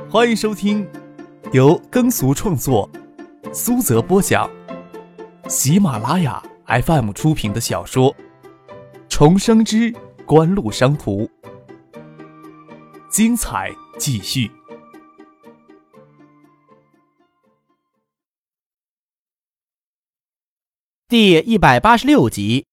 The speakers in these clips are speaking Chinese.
欢迎收听由耕俗创作、苏泽播讲、喜马拉雅 FM 出品的小说《重生之官路商途》，精彩继续。 第186集。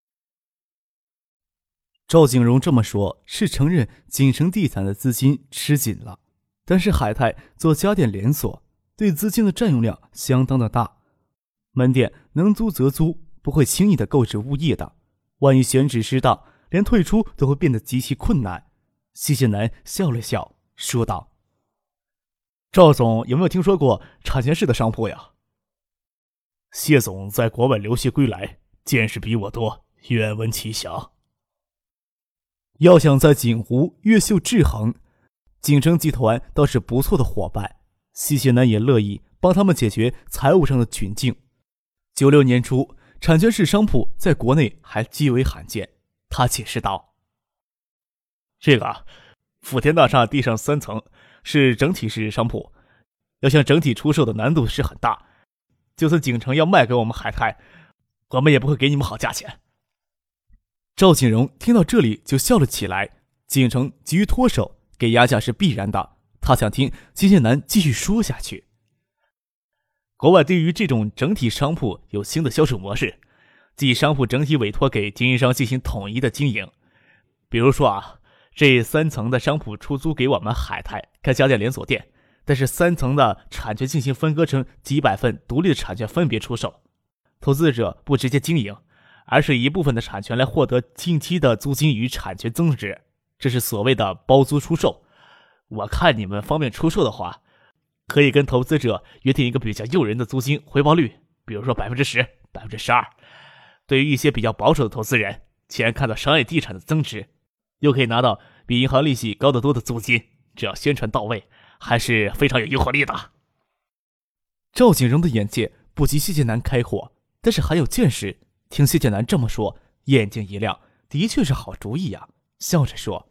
赵景荣这么说，是承认锦城地产的资金吃紧了，但是海泰做家电连锁，对资金的占用量相当的大，门店能租则租，不会轻易的购置物业的，万一选址失当，连退出都会变得极其困难。谢谢南笑了笑，说道：赵总有没有听说过产权市的商铺呀？ 谢总在国外留学归来，见识比我多，愿闻其详。 要想在锦湖越秀制衡，锦城集团倒是不错的伙伴，谢谢南也乐意帮他们解决财务上的窘境。96年初，产权市商铺在国内还极为罕见。他解释道： 这个福田大厦地上3层是整体式商铺，要想整体出售的难度是很大，就算锦城要卖给我们海泰，我们也不会给你们好价钱。 赵景荣听到这里就笑了起来，锦城急于脱手，给压价是必然的，他想听谢谢南继续说下去。 国外对于这种整体商铺有新的销售模式，即商铺整体委托给经营商进行统一的经营。比如说这3层的商铺出租给我们海泰开家电连锁店，但是3层的产权进行分割成几百份独立的产权分别出售，投资者不直接经营，而是一部分的产权来获得近期的租金与产权增值，这是所谓的包租出售。我看你们方便出售的话，可以跟投资者约定一个比较诱人的租金回报率，比如说 10%、12%。对于一些比较保守的投资人，既然看到商业地产的增值，又可以拿到比银行利息高得多的租金，只要宣传到位，还是非常有诱惑力的。 赵景荣的眼界不及谢谢南开阔，但是还有见识，听谢谢南这么说，眼睛一亮，的确是好主意呀，笑着说：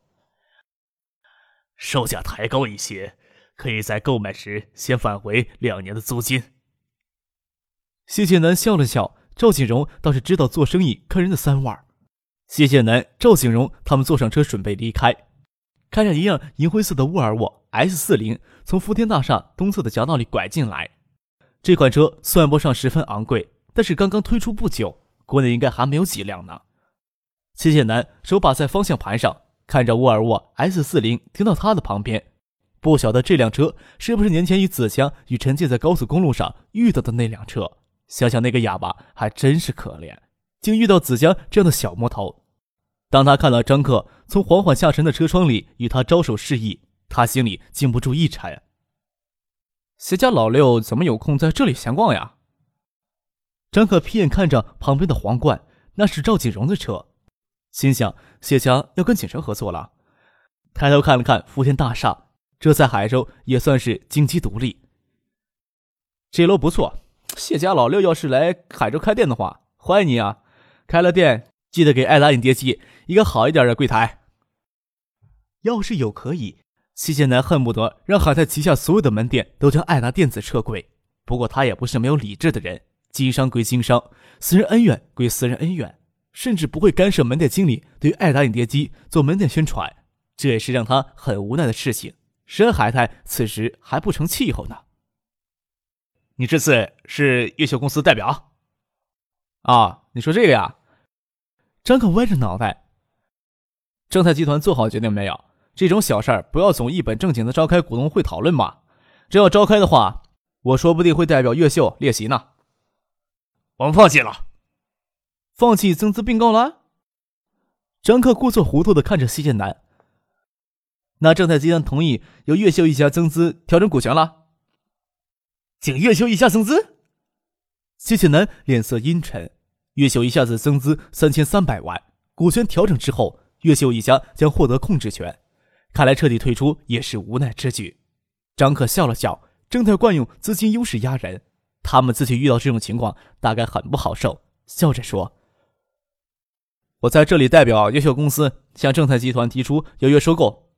售价抬高一些，可以在购买时先返回2年的租金。 谢谢南笑了笑，赵景荣倒是知道做生意看人的3腕。谢谢南、赵景荣他们坐上车准备离开，开着一辆银灰色的沃尔沃 S40 从福田大厦东侧的夹道里拐进来。这款车算不上十分昂贵，但是刚刚推出不久，国内应该还没有几辆呢。谢谢南手把在方向盘上，看着沃尔沃 S40 停到他的旁边，不晓得这辆车是不是年前与子强与陈介在高速公路上遇到的那辆车。想想那个哑巴还真是可怜，竟遇到子强这样的小魔头。当他看到张克从缓缓下沉的车窗里与他招手示意，他心里禁不住一沉。谢家老六怎么有空在这里闲逛呀？张克瞥眼看着旁边的皇冠，那是赵锦荣的车，心想谢家要跟锦城合作了。抬头看了看福田大厦，这在海州也算是金鸡独立。这楼不错，谢家老六要是来海州开店的话，欢迎你啊！开了店记得给爱达影碟机一个好一点的柜台。要是有可以，谢谢南恨不得让海泰旗下所有的门店都将爱达电子撤柜。不过他也不是没有理智的人，经商归经商，私人恩怨归私人恩怨，甚至不会干涉门店经理对于爱达影碟机做门店宣传，这也是让他很无奈的事情，使得海泰此时还不成气候呢。 你这次是越秀公司代表？ 你说这个呀？张克歪着脑袋。正泰集团做好决定没有？这种小事儿不要总一本正经的召开股东会讨论嘛。真要召开的话，我说不定会代表越秀列席呢。 我们放弃了。 放弃增资并购了？张克故作糊涂地看着谢剑南。那正泰集团同意由越秀一家增资调整股权了？ 请越秀一家增资？ 谢剑南脸色阴沉。越秀一下子增资3300万，股权调整之后，越秀一家将获得控制权，看来彻底退出也是无奈之举。张克笑了笑，正泰惯用资金优势压人，他们自己遇到这种情况大概很不好受，笑着说：我在这里代表越秀公司向正泰集团提出有约收购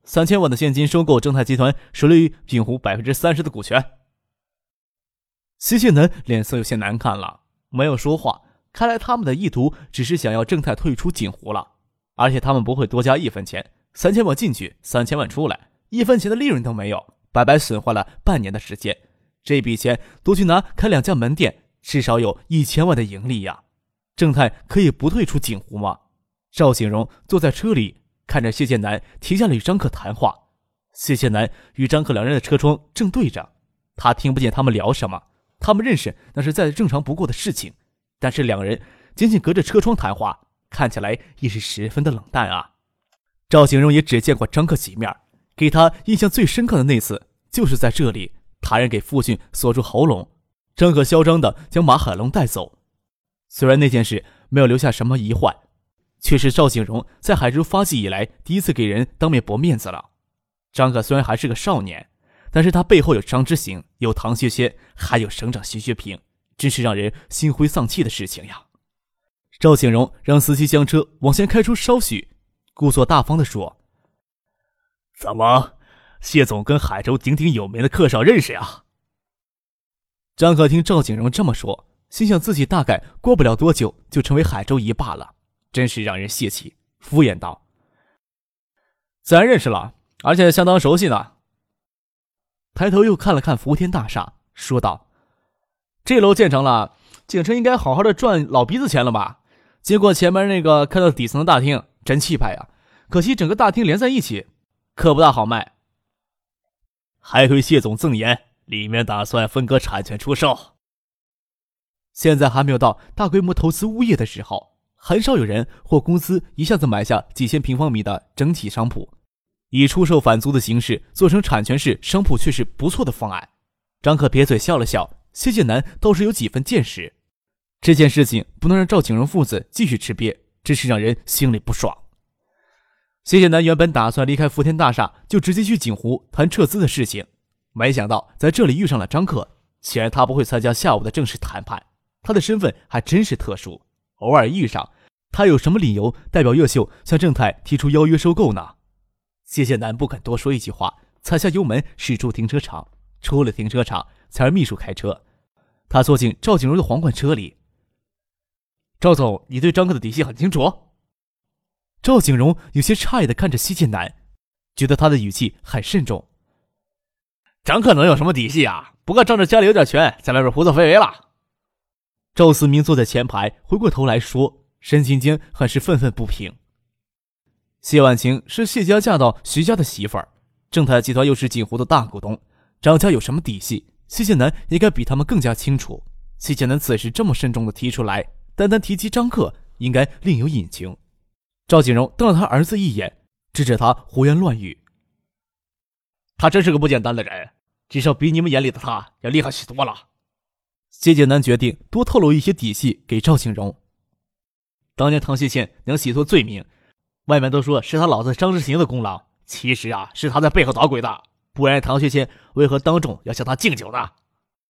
3000万的现金收购正泰集团手里于锦湖30%的股权。谢谢南脸色有些难看了，没有说话。看来他们的意图只是想要正泰退出锦湖了，而且他们不会多加1分钱，3000万进去，3000万出来，1分钱的利润都没有，白白损坏了半年的时间。这笔钱多去拿开2家门店，至少有1000万的盈利呀。正泰可以不退出锦湖吗？赵景荣坐在车里，看着谢剑南停下了与张克谈话。谢剑南与张克两人的车窗正对着，他听不见他们聊什么，他们认识那是再正常不过的事情，但是两人仅仅隔着车窗谈话，看起来也是十分的冷淡啊。赵景荣也只见过张克几面，给他印象最深刻的那次就是在这里，他人给父亲锁住喉咙，张克嚣张地将马海龙带走。虽然那件事没有留下什么遗患，却是赵景荣在海州发迹以来第一次给人当面驳面子了。张克虽然还是个少年，但是他背后有张之行，有唐学谦，还有省长徐学平，真是让人心灰丧气的事情呀。赵景荣让司机将车往前开出稍许，故作大方地说： 怎么，谢总跟海州鼎鼎有名的客少认识呀？ 张克听赵景荣这么说，心想自己大概过不了多久就成为海州一霸了，真是让人泄气，敷衍道：自然认识了，而且相当熟悉呢。抬头又看了看福天大厦，说道：这楼建成了，景城应该好好的赚老鼻子钱了吧？结果前面那个看到底层的大厅真气派呀，可惜整个大厅连在一起，可不大好卖。 还亏谢总赠言，里面打算分割产权出售。 现在还没有到大规模投资物业的时候，很少有人或公司一下子买下几千平方米的整体商铺，以出售返租的形式做成产权式商铺却是不错的方案。张克撇嘴笑了笑，谢剑南倒是有几分见识。这件事情不能让赵景荣父子继续吃瘪，真是让人心里不爽。谢剑南原本打算离开福天大厦就直接去锦湖谈撤资的事情，没想到在这里遇上了张克，显然他不会参加下午的正式谈判，他的身份还真是特殊，偶尔遇上，他有什么理由代表越秀向正泰提出邀约收购呢？谢剑南不肯多说一句话，踩下油门驶出停车场。出了停车场才让秘书开车，他坐进赵景荣的皇冠车里。赵总，你对张克的底细很清楚？赵景荣有些诧异地看着谢剑南，觉得他的语气很慎重。 张克能有什么底细啊？不过仗着家里有点权，在外面胡作非为了。 赵思明坐在前排，回过头来说，神情间很是愤愤不平。谢婉晴是谢家嫁到徐家的媳妇儿，正泰集团又是锦湖的大股东，张家有什么底细，谢剑南应该比他们更加清楚。谢剑南此时这么慎重地提出来，单单提及张克，应该另有隐情。赵景荣瞪了他儿子一眼，指着他胡言乱语。 他真是个不简单的人，至少比你们眼里的他要厉害许多了。 谢剑南决定多透露一些底细给赵景荣。当年唐学谦能洗脱罪名，外面都说是他老子张之行的功劳，其实啊是他在背后捣鬼的，不然唐学谦为何当众要向他敬酒呢？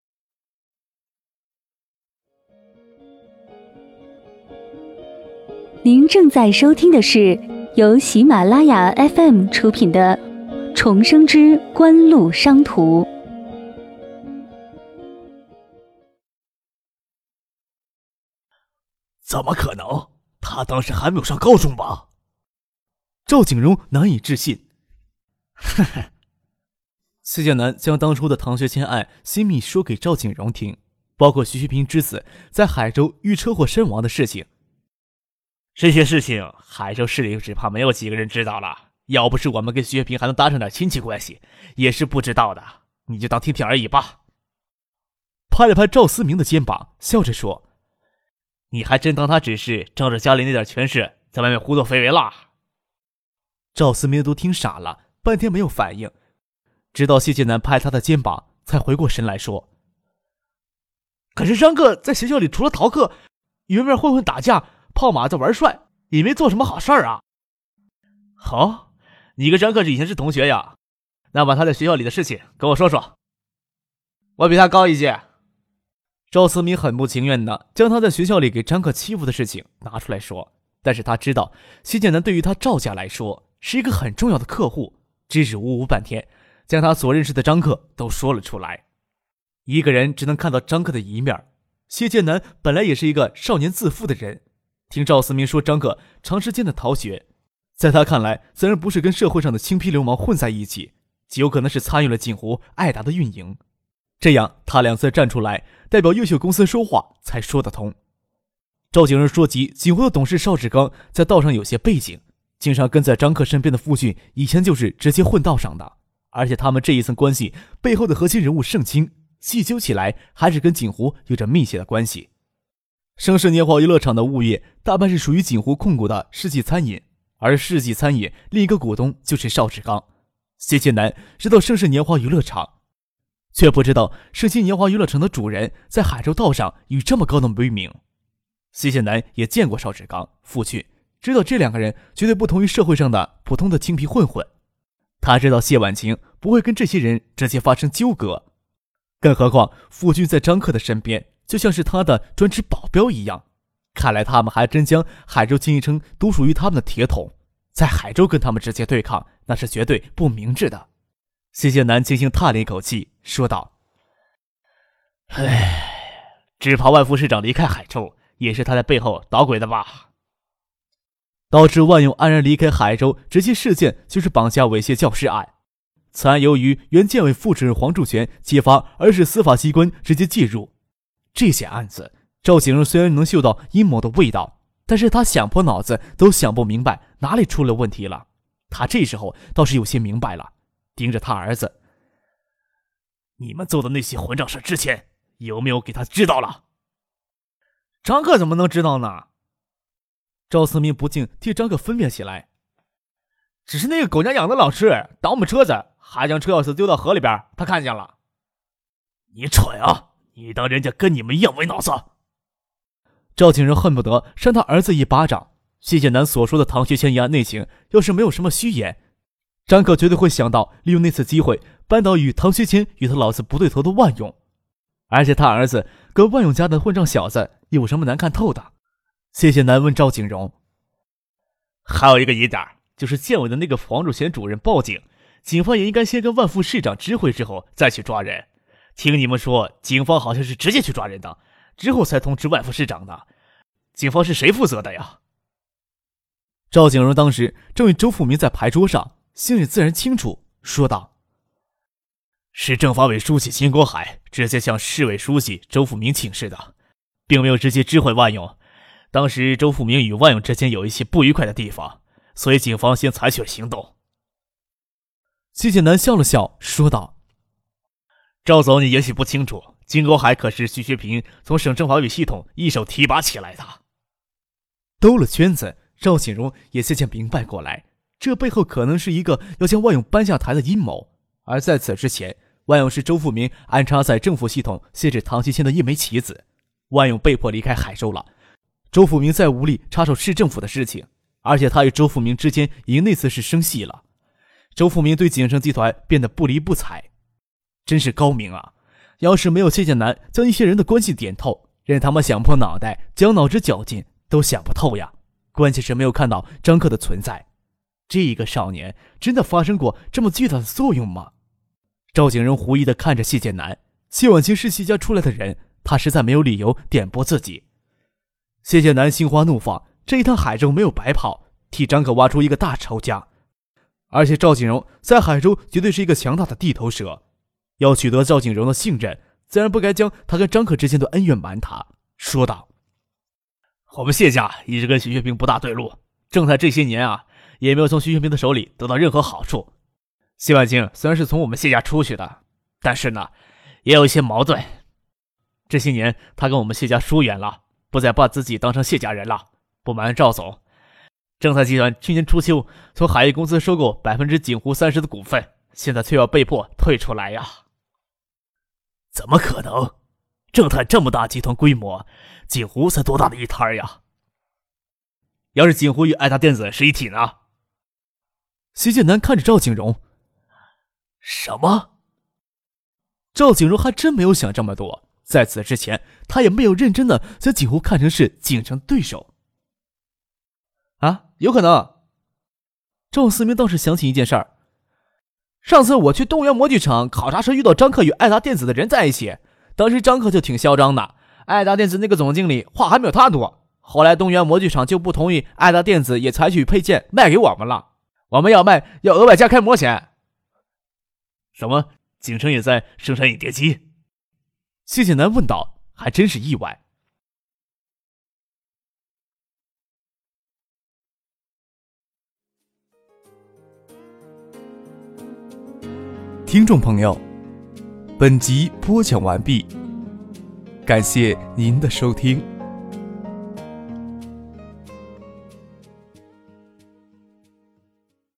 您正在收听的是由喜马拉雅 FM 出品的《重生之官路商途》。 怎么可能？他当时还没有上高中吧？ 赵景荣难以置信。呵呵。谢剑南将当初的唐学谦案秘密说给赵景荣听，包括徐学平之子在海州遇车祸身亡的事情。 这些事情海州市里只怕没有几个人知道了，要不是我们跟徐学平还能搭上点亲戚关系，也是不知道的，你就当听听而已吧。 拍了拍赵思明的肩膀，笑着说： 你还真当他只是仗着家里那点权势在外面胡作非为了？ 赵思明都听傻了，半天没有反应，直到谢剑南拍他的肩膀才回过神来说：可是张克在学校里除了逃课，与外面混混打架泡马在玩帅，也没做什么好事儿啊。 好，你跟张克以前是同学呀？那把他在学校里的事情跟我说说。 我比他高一届。赵思明很不情愿地将他在学校里给张克欺负的事情拿出来说，但是他知道谢剑南对于他赵家来说是一个很重要的客户， 支支吾吾半天，将他所认识的张克都说了出来。一个人只能看到张克的一面。谢剑南本来也是一个少年自负的人，听赵思明说张克长时间的逃学，在他看来，自然不是跟社会上的青皮流氓混在一起，极有可能是参与了锦湖、爱达的运营。这样他2次站出来代表优秀公司说话才说得通。赵景荣说及锦湖的董事邵志刚在道上有些背景，经常跟在张克身边的傅俊以前就是直接混道上的，而且他们这一层关系背后的核心人物盛清，细究起来还是跟锦湖有着密切的关系。盛世年华娱乐场的物业大半是属于锦湖控股的世纪餐饮，而世纪餐饮另一个股东就是邵志刚。谢剑南知道盛世年华娱乐场，却不知道盛世年华娱乐城的主人在海州道上有这么高的威名。谢剑南也见过邵志刚、傅俊，知道这2个人绝对不同于社会上的普通的青皮混混。他知道谢婉晴不会跟这些人直接发生纠葛，更何况傅俊在张克的身边就像是他的专职保镖一样。看来他们还真将海州经营成独属于他们的铁桶，在海州跟他们直接对抗，那是绝对不明智的。谢剑南轻轻叹了一口气，说道：只怕万副市长离开海州也是他在背后捣鬼的吧。导致万勇安然离开海州直接事件就是绑架猥亵教师案。此案由于原建委副主任黄柱全揭发，而是司法机关直接介入。这些案子赵景荣虽然能嗅到阴谋的味道，但是他想破脑子都想不明白哪里出了问题了。他这时候倒是有些明白了，盯着他儿子：你们做的那些混账事之前有没有给他知道了？张克怎么能知道呢？赵思明不禁替张克分辨起来。只是那个狗娘养的老师挡我们车子，还将车钥匙丢到河里边，他看见了。你蠢啊！你当人家跟你们一样没脑子？赵景荣恨不得扇他儿子一巴掌。谢剑南所说的唐学谦一案内情，要是没有什么虚言，张克绝对会想到利用那次机会扳倒与唐学谦与他老子不对头的万勇。而且他儿子跟万勇家的混账小子有什么难看透的？谢剑南问赵景荣。还有一个疑点，就是建委的那个黄柱贤主任报警，警方也应该先跟万副市长知会之后再去抓人。听你们说，警方好像是直接去抓人的，之后才通知万副市长的。警方是谁负责的呀？赵景荣当时正与周富明在牌桌上，心里自然清楚，说道：是政法委书记金国海直接向市委书记周富明请示的，并没有直接知会万勇。当时周富明与万勇之间有一些不愉快的地方，所以警方先采取了行动。谢剑南笑了笑，说道：赵总，你也许不清楚，金国海可是徐学平从省政法委系统一手提拔起来的。兜了圈子，赵景荣也渐渐明白过来，这背后可能是一个要将万勇搬下台的阴谋。而在此之前，万勇是周富明安插在政府系统限制唐学谦的一枚棋子。万勇被迫离开海州了，周富明再无力插手市政府的事情，而且他与周富明之间已经那次是生戏了。周富明对景盛集团变得不理不睬，真是高明啊！要是没有谢剑南将一些人的关系点透，任他们想破脑袋将脑汁绞尽都想不透呀。关键是没有看到张克的存在，这一个少年真的发生过这么巨大的作用吗？赵景荣狐疑地看着谢剑南，谢婉清是谢家出来的人，他实在没有理由点拨自己。谢剑南心花怒放，这一趟海州没有白跑，替张克挖出一个大仇家。而且赵景荣在海州绝对是一个强大的地头蛇，要取得赵景荣的信任，自然不该将他跟张克之间的恩怨瞒他，说道：我们谢家一直跟徐学平不大对路，正在这些年啊，也没有从徐学平的手里得到任何好处。谢婉清虽然是从我们谢家出去的，但是呢，也有一些矛盾。这些年他跟我们谢家疏远了，不再把自己当成谢家人了。不瞒赵总，正泰集团去年初秋从海业公司收购锦湖30%的股份，现在却要被迫退出来呀。怎么可能？正泰这么大集团规模，锦湖才多大的一摊呀？要是锦湖与爱达电子是一体呢？徐建南看着赵景荣。什么？赵景荣还真没有想这么多，在此之前他也没有认真的将锦湖看成是景城对手。啊，有可能。赵思明倒是想起一件事儿， 上次我去东源模具厂考察时遇到张克与爱达电子的人在一起，当时张克就挺嚣张的，爱达电子那个总经理话还没有他多。后来东源模具厂就不同意爱达电子也采取配件卖给我们了，我们要卖要额外加开模钱。 什么？景城也在生产影碟机？ 谢谢南问道，还真是意外。 听众朋友，本集播讲完毕，感谢您的收听。